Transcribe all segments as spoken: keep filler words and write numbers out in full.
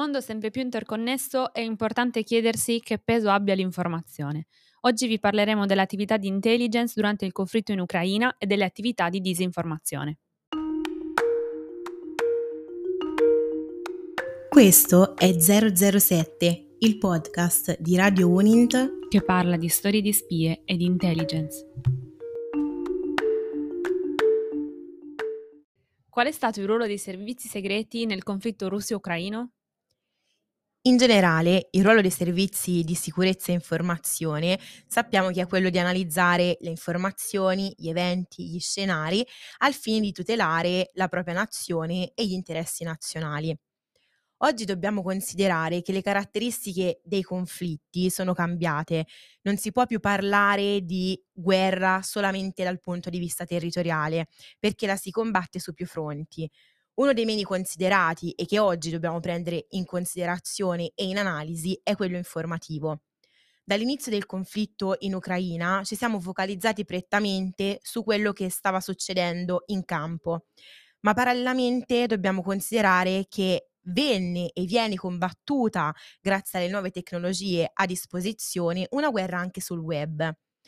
mondo sempre più interconnesso è importante chiedersi che peso abbia l'informazione. Oggi vi parleremo delle attività di intelligence durante il conflitto in Ucraina e delle attività di disinformazione. Questo è zero zero sette, il podcast di Radio Unint Che parla di storie di spie e di intelligence. Qual è stato il ruolo dei servizi segreti nel conflitto russo-ucraino? In generale, il ruolo dei servizi di sicurezza e informazione sappiamo che è quello di analizzare le informazioni, gli eventi, gli scenari al fine di tutelare la propria nazione e gli interessi nazionali. Oggi dobbiamo considerare che le caratteristiche dei conflitti sono cambiate. Non si può più parlare di guerra solamente dal punto di vista territoriale, perché la si combatte su più fronti. Uno dei meno considerati e che oggi dobbiamo prendere in considerazione e in analisi è quello informativo. Dall'inizio del conflitto in Ucraina ci siamo focalizzati prettamente su quello che stava succedendo in campo, ma parallelamente dobbiamo considerare che venne e viene combattuta, grazie alle nuove tecnologie a disposizione, una guerra anche sul web,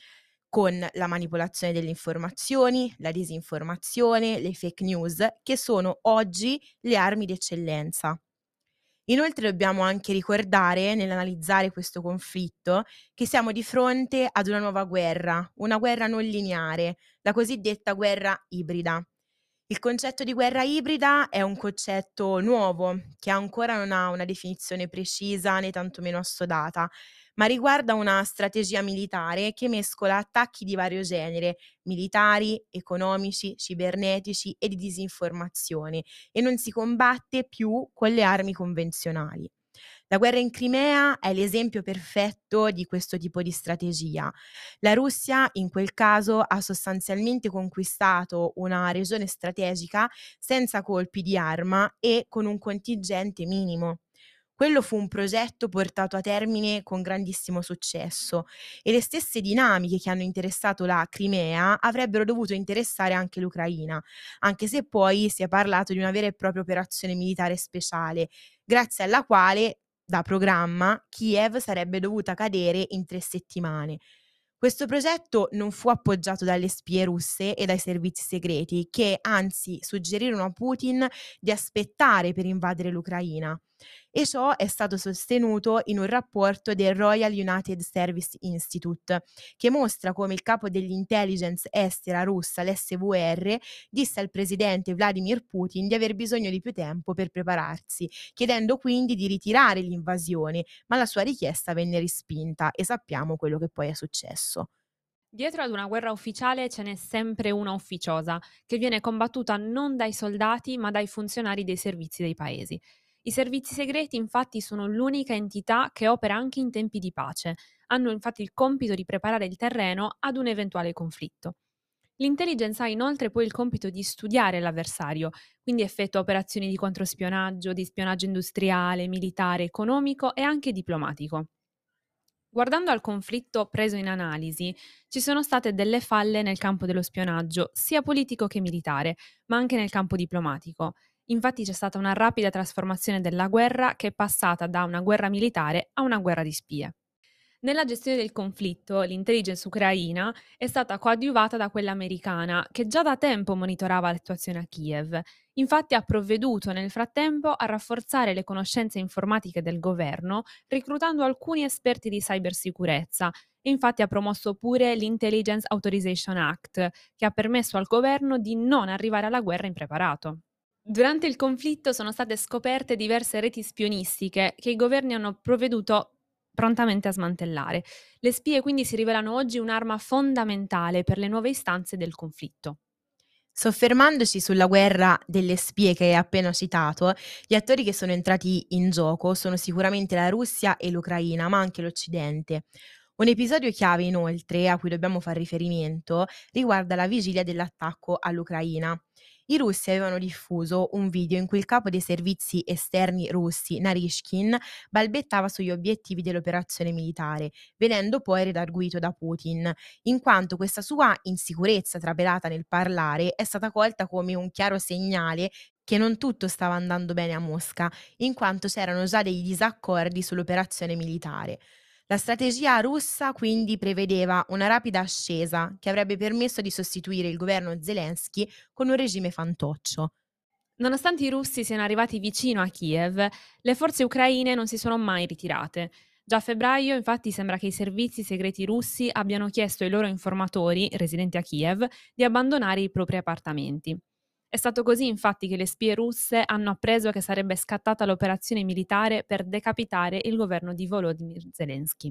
con la manipolazione delle informazioni, la disinformazione, le fake news, che sono oggi le armi d'eccellenza. Inoltre dobbiamo anche ricordare, nell'analizzare questo conflitto, che siamo di fronte ad una nuova guerra, una guerra non lineare, la cosiddetta guerra ibrida. Il concetto di guerra ibrida è un concetto nuovo, che ancora non ha una definizione precisa né tantomeno assodata, ma riguarda una strategia militare che mescola attacchi di vario genere, militari, economici, cibernetici e di disinformazione, e non si combatte più con le armi convenzionali. La guerra in Crimea è l'esempio perfetto di questo tipo di strategia. La Russia in quel caso ha sostanzialmente conquistato una regione strategica senza colpi di arma e con un contingente minimo. Quello fu un progetto portato a termine con grandissimo successo e le stesse dinamiche che hanno interessato la Crimea avrebbero dovuto interessare anche l'Ucraina, anche se poi si è parlato di una vera e propria operazione militare speciale, grazie alla quale, da programma, Kiev sarebbe dovuta cadere in tre settimane. Questo progetto non fu appoggiato dalle spie russe e dai servizi segreti, che anzi suggerirono a Putin di aspettare per invadere l'Ucraina. E ciò è stato sostenuto in un rapporto del Royal United Service Institute, che mostra come il capo dell'intelligence estera russa, l'S V R, disse al presidente Vladimir Putin di aver bisogno di più tempo per prepararsi, chiedendo quindi di ritirare l'invasione, ma la sua richiesta venne respinta e sappiamo quello che poi è successo. Dietro ad una guerra ufficiale ce n'è sempre una ufficiosa, che viene combattuta non dai soldati ma dai funzionari dei servizi dei paesi. I servizi segreti infatti sono l'unica entità che opera anche in tempi di pace. Hanno infatti il compito di preparare il terreno ad un eventuale conflitto. L'intelligence ha inoltre poi il compito di studiare l'avversario, quindi effettua operazioni di controspionaggio, di spionaggio industriale, militare, economico e anche diplomatico. Guardando al conflitto preso in analisi, ci sono state delle falle nel campo dello spionaggio, sia politico che militare, ma anche nel campo diplomatico. Infatti c'è stata una rapida trasformazione della guerra che è passata da una guerra militare a una guerra di spie. Nella gestione del conflitto, l'intelligence ucraina è stata coadiuvata da quella americana, che già da tempo monitorava la situazione a Kiev. Infatti ha provveduto nel frattempo a rafforzare le conoscenze informatiche del governo, reclutando alcuni esperti di cybersicurezza. E infatti ha promosso pure l'Intelligence Authorization Act, che ha permesso al governo di non arrivare alla guerra impreparato. Durante il conflitto sono state scoperte diverse reti spionistiche che i governi hanno provveduto prontamente a smantellare. Le spie quindi si rivelano oggi un'arma fondamentale per le nuove istanze del conflitto. Soffermandoci sulla guerra delle spie che hai appena citato, gli attori che sono entrati in gioco sono sicuramente la Russia e l'Ucraina, ma anche l'Occidente. Un episodio chiave, inoltre, a cui dobbiamo fare riferimento, riguarda la vigilia dell'attacco all'Ucraina. I russi avevano diffuso un video in cui il capo dei servizi esterni russi, Narishkin, balbettava sugli obiettivi dell'operazione militare, venendo poi redarguito da Putin, in quanto questa sua insicurezza trapelata nel parlare è stata colta come un chiaro segnale che non tutto stava andando bene a Mosca, in quanto c'erano già dei disaccordi sull'operazione militare. La strategia russa quindi prevedeva una rapida ascesa che avrebbe permesso di sostituire il governo Zelensky con un regime fantoccio. Nonostante i russi siano arrivati vicino a Kiev, le forze ucraine non si sono mai ritirate. Già a febbraio, infatti, sembra che i servizi segreti russi abbiano chiesto ai loro informatori, residenti a Kiev, di abbandonare i propri appartamenti. È stato così, infatti, che le spie russe hanno appreso che sarebbe scattata l'operazione militare per decapitare il governo di Volodymyr Zelensky.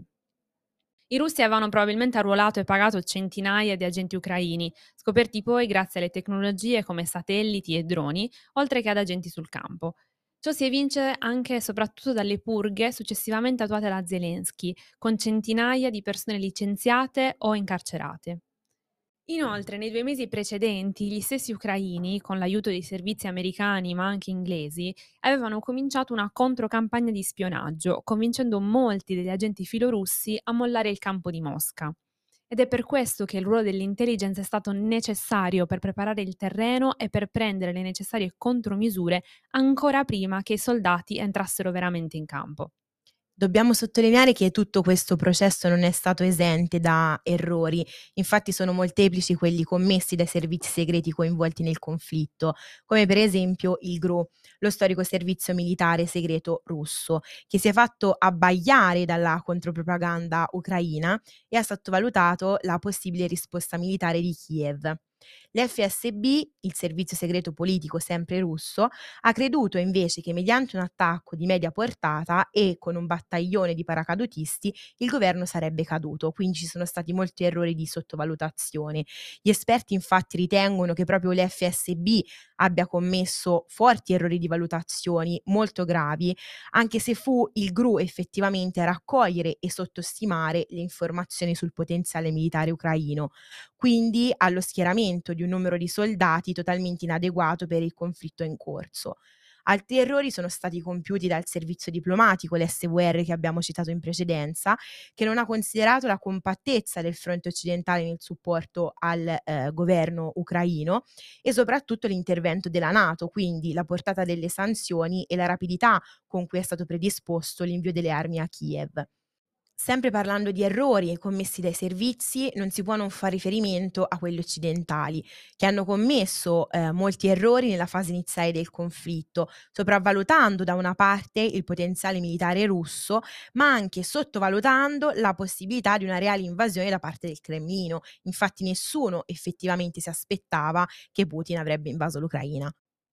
I russi avevano probabilmente arruolato e pagato centinaia di agenti ucraini, scoperti poi grazie alle tecnologie come satelliti e droni, oltre che ad agenti sul campo. Ciò si evince anche e soprattutto dalle purghe successivamente attuate da Zelensky, con centinaia di persone licenziate o incarcerate. Inoltre, nei due mesi precedenti, gli stessi ucraini, con l'aiuto dei servizi americani ma anche inglesi, avevano cominciato una controcampagna di spionaggio, convincendo molti degli agenti filorussi a mollare il campo di Mosca. Ed è per questo che il ruolo dell'intelligence è stato necessario per preparare il terreno e per prendere le necessarie contromisure ancora prima che i soldati entrassero veramente in campo. Dobbiamo sottolineare che tutto questo processo non è stato esente da errori, infatti sono molteplici quelli commessi dai servizi segreti coinvolti nel conflitto, come per esempio il G R U, lo storico servizio militare segreto russo, che si è fatto abbagliare dalla contropropaganda ucraina e ha sottovalutato la possibile risposta militare di Kiev. L'F S B, il servizio segreto politico sempre russo, ha creduto invece che mediante un attacco di media portata e con un battaglione di paracadutisti il governo sarebbe caduto, quindi ci sono stati molti errori di sottovalutazione. Gli esperti infatti ritengono che proprio l'F S B abbia commesso forti errori di valutazioni molto gravi, anche se fu il G R U effettivamente a raccogliere e sottostimare le informazioni sul potenziale militare ucraino, quindi allo schieramento di un numero di soldati totalmente inadeguato per il conflitto in corso. Altri errori sono stati compiuti dal servizio diplomatico, l'S V R che abbiamo citato in precedenza, che non ha considerato la compattezza del fronte occidentale nel supporto al eh, governo ucraino e soprattutto l'intervento della NATO, quindi la portata delle sanzioni e la rapidità con cui è stato predisposto l'invio delle armi a Kiev. Sempre parlando di errori commessi dai servizi, non si può non far riferimento a quelli occidentali, che hanno commesso eh, molti errori nella fase iniziale del conflitto, sopravvalutando da una parte il potenziale militare russo, ma anche sottovalutando la possibilità di una reale invasione da parte del Cremlino. Infatti nessuno effettivamente si aspettava che Putin avrebbe invaso l'Ucraina.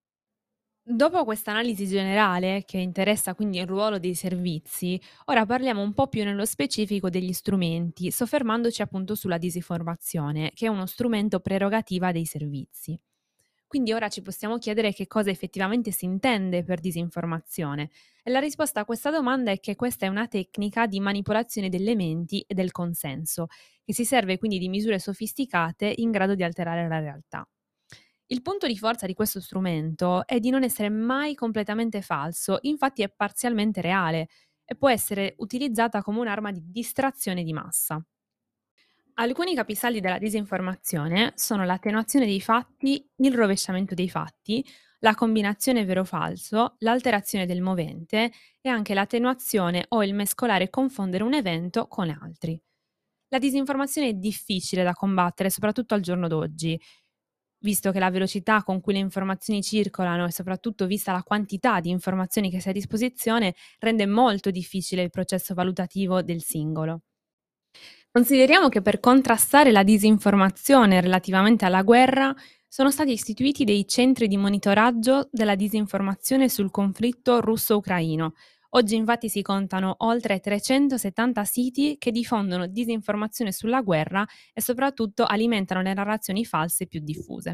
Dopo questa analisi generale, che interessa quindi il ruolo dei servizi, ora parliamo un po' più nello specifico degli strumenti, soffermandoci appunto sulla disinformazione, che è uno strumento prerogativa dei servizi. Quindi ora ci possiamo chiedere che cosa effettivamente si intende per disinformazione. E la risposta a questa domanda è che questa è una tecnica di manipolazione delle menti e del consenso, che si serve quindi di misure sofisticate in grado di alterare la realtà. Il punto di forza di questo strumento è di non essere mai completamente falso, infatti è parzialmente reale e può essere utilizzata come un'arma di distrazione di massa. Alcuni capisaldi della disinformazione sono l'attenuazione dei fatti, il rovesciamento dei fatti, la combinazione vero-falso, l'alterazione del movente e anche l'attenuazione o il mescolare e confondere un evento con altri. La disinformazione è difficile da combattere, soprattutto al giorno d'oggi, visto che la velocità con cui le informazioni circolano e soprattutto vista la quantità di informazioni che si ha a disposizione, rende molto difficile il processo valutativo del singolo. Consideriamo che per contrastare la disinformazione relativamente alla guerra sono stati istituiti dei centri di monitoraggio della disinformazione sul conflitto russo-ucraino. Oggi infatti si contano oltre trecentosettanta siti che diffondono disinformazione sulla guerra e soprattutto alimentano le narrazioni false più diffuse.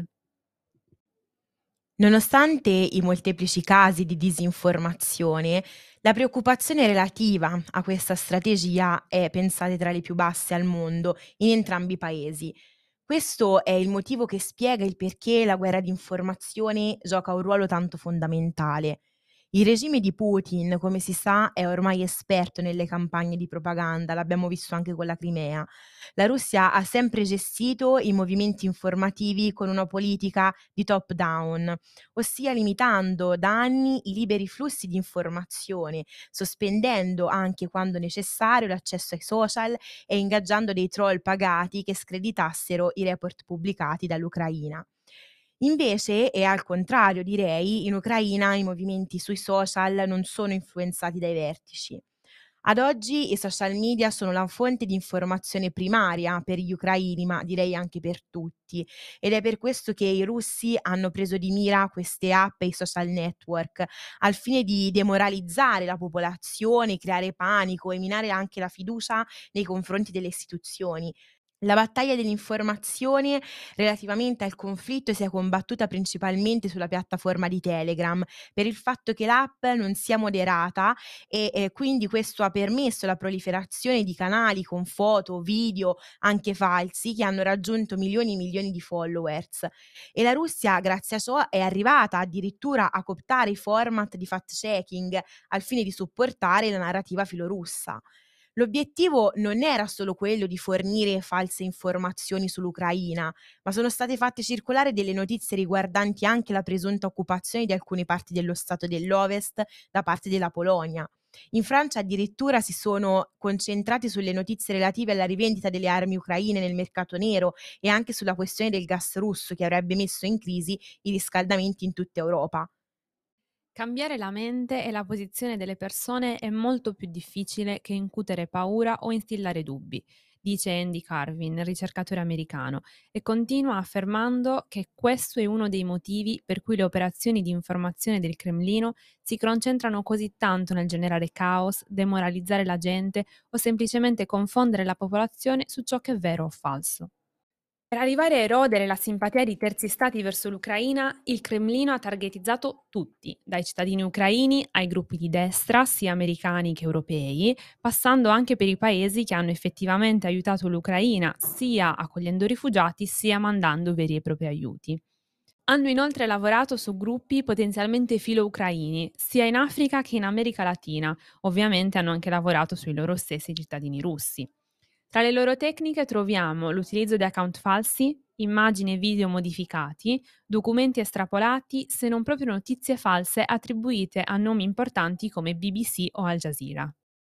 Nonostante i molteplici casi di disinformazione, la preoccupazione relativa a questa strategia è pensate tra le più basse al mondo in entrambi i paesi. Questo è il motivo che spiega il perché la guerra di informazione gioca un ruolo tanto fondamentale. Il regime di Putin, come si sa, è ormai esperto nelle campagne di propaganda, l'abbiamo visto anche con la Crimea. La Russia ha sempre gestito i movimenti informativi con una politica di top-down, ossia limitando da anni i liberi flussi di informazione, sospendendo anche quando necessario l'accesso ai social e ingaggiando dei troll pagati che screditassero i report pubblicati dall'Ucraina. Invece, e al contrario direi, in Ucraina i movimenti sui social non sono influenzati dai vertici. Ad oggi i social media sono la fonte di informazione primaria per gli ucraini, ma direi anche per tutti. Ed è per questo che i russi hanno preso di mira queste app e i social network, al fine di demoralizzare la popolazione, creare panico e minare anche la fiducia nei confronti delle istituzioni. La battaglia dell'informazione relativamente al conflitto si è combattuta principalmente sulla piattaforma di Telegram, per il fatto che l'app non sia moderata e, e quindi questo ha permesso la proliferazione di canali con foto, video, anche falsi, che hanno raggiunto milioni e milioni di followers. E la Russia, grazie a ciò, è arrivata addirittura a cooptare i format di fact-checking al fine di supportare la narrativa filorussa. L'obiettivo non era solo quello di fornire false informazioni sull'Ucraina, ma sono state fatte circolare delle notizie riguardanti anche la presunta occupazione di alcune parti dello Stato dell'Ovest da parte della Polonia. In Francia addirittura si sono concentrati sulle notizie relative alla rivendita delle armi ucraine nel mercato nero e anche sulla questione del gas russo che avrebbe messo in crisi i riscaldamenti in tutta Europa. Cambiare la mente e la posizione delle persone è molto più difficile che incutere paura o instillare dubbi, dice Andy Carvin, ricercatore americano, e continua affermando che questo è uno dei motivi per cui le operazioni di informazione del Cremlino si concentrano così tanto nel generare caos, demoralizzare la gente o semplicemente confondere la popolazione su ciò che è vero o falso. Per arrivare a erodere la simpatia di terzi stati verso l'Ucraina, il Cremlino ha targetizzato tutti, dai cittadini ucraini ai gruppi di destra, sia americani che europei, passando anche per i paesi che hanno effettivamente aiutato l'Ucraina, sia accogliendo rifugiati, sia mandando veri e propri aiuti. Hanno inoltre lavorato su gruppi potenzialmente filo-ucraini, sia in Africa che in America Latina. Ovviamente hanno anche lavorato sui loro stessi cittadini russi. Tra le loro tecniche troviamo l'utilizzo di account falsi, immagini e video modificati, documenti estrapolati, se non proprio notizie false attribuite a nomi importanti come B B C o Al Jazeera.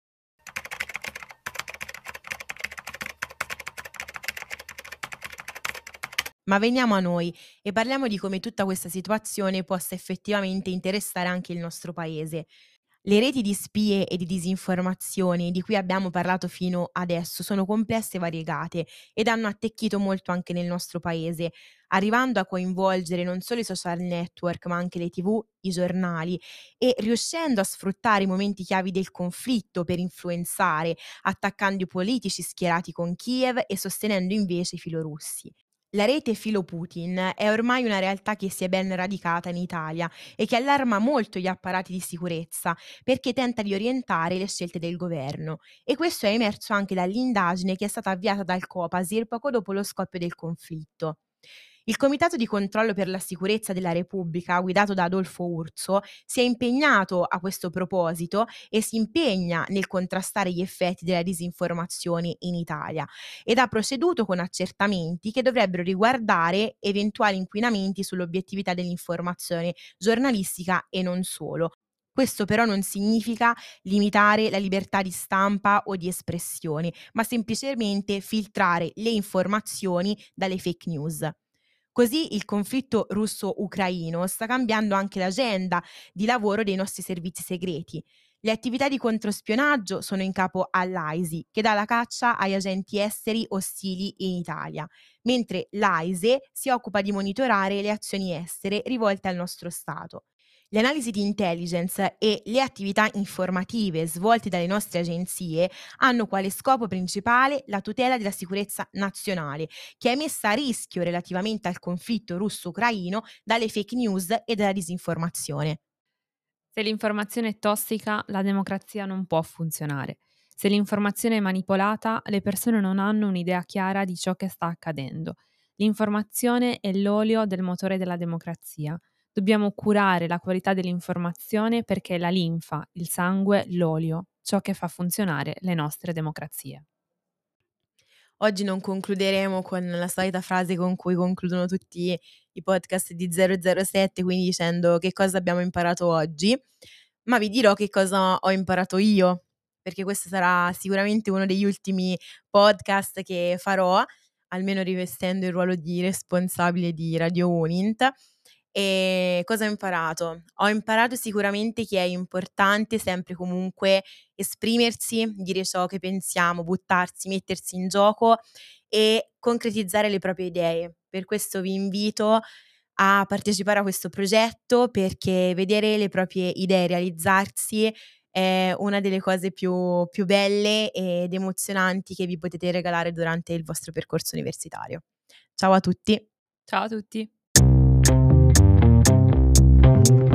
Ma veniamo a noi e parliamo di come tutta questa situazione possa effettivamente interessare anche il nostro paese. Le reti di spie e di disinformazione di cui abbiamo parlato fino adesso sono complesse e variegate ed hanno attecchito molto anche nel nostro paese, arrivando a coinvolgere non solo i social network, ma anche le T V, i giornali e riuscendo a sfruttare i momenti chiavi del conflitto per influenzare, attaccando i politici schierati con Kiev e sostenendo invece i filorussi. La rete filo Putin è ormai una realtà che si è ben radicata in Italia e che allarma molto gli apparati di sicurezza perché tenta di orientare le scelte del governo. E questo è emerso anche dall'indagine che è stata avviata dal Copasir poco dopo lo scoppio del conflitto. Il Comitato di controllo per la sicurezza della Repubblica, guidato da Adolfo Urso, si è impegnato a questo proposito e si impegna nel contrastare gli effetti della disinformazione in Italia ed ha proceduto con accertamenti che dovrebbero riguardare eventuali inquinamenti sull'obiettività dell'informazione giornalistica e non solo. Questo però non significa limitare la libertà di stampa o di espressione, ma semplicemente filtrare le informazioni dalle fake news. Così il conflitto russo-ucraino sta cambiando anche l'agenda di lavoro dei nostri servizi segreti. Le attività di controspionaggio sono in capo all'A I S I, che dà la caccia agli agenti esteri ostili in Italia, mentre l'A I S E si occupa di monitorare le azioni estere rivolte al nostro Stato. Le analisi di intelligence e le attività informative svolte dalle nostre agenzie hanno quale scopo principale la tutela della sicurezza nazionale, che è messa a rischio relativamente al conflitto russo-ucraino dalle fake news e dalla disinformazione. Se l'informazione è tossica, la democrazia non può funzionare. Se l'informazione è manipolata, le persone non hanno un'idea chiara di ciò che sta accadendo. L'informazione è l'olio del motore della democrazia. Dobbiamo curare la qualità dell'informazione perché è la linfa, il sangue, l'olio, ciò che fa funzionare le nostre democrazie. Oggi non concluderemo con la solita frase con cui concludono tutti i podcast di zero zero sette, quindi dicendo che cosa abbiamo imparato oggi, ma vi dirò che cosa ho imparato io, perché questo sarà sicuramente uno degli ultimi podcast che farò, almeno rivestendo il ruolo di responsabile di Radio Unint. E cosa ho imparato? Ho imparato sicuramente che è importante sempre comunque esprimersi, dire ciò che pensiamo, buttarsi, mettersi in gioco e concretizzare le proprie idee. Per questo vi invito a partecipare a questo progetto, perché vedere le proprie idee realizzarsi è una delle cose più più belle ed emozionanti che vi potete regalare durante il vostro percorso universitario. Ciao a tutti. Ciao a tutti!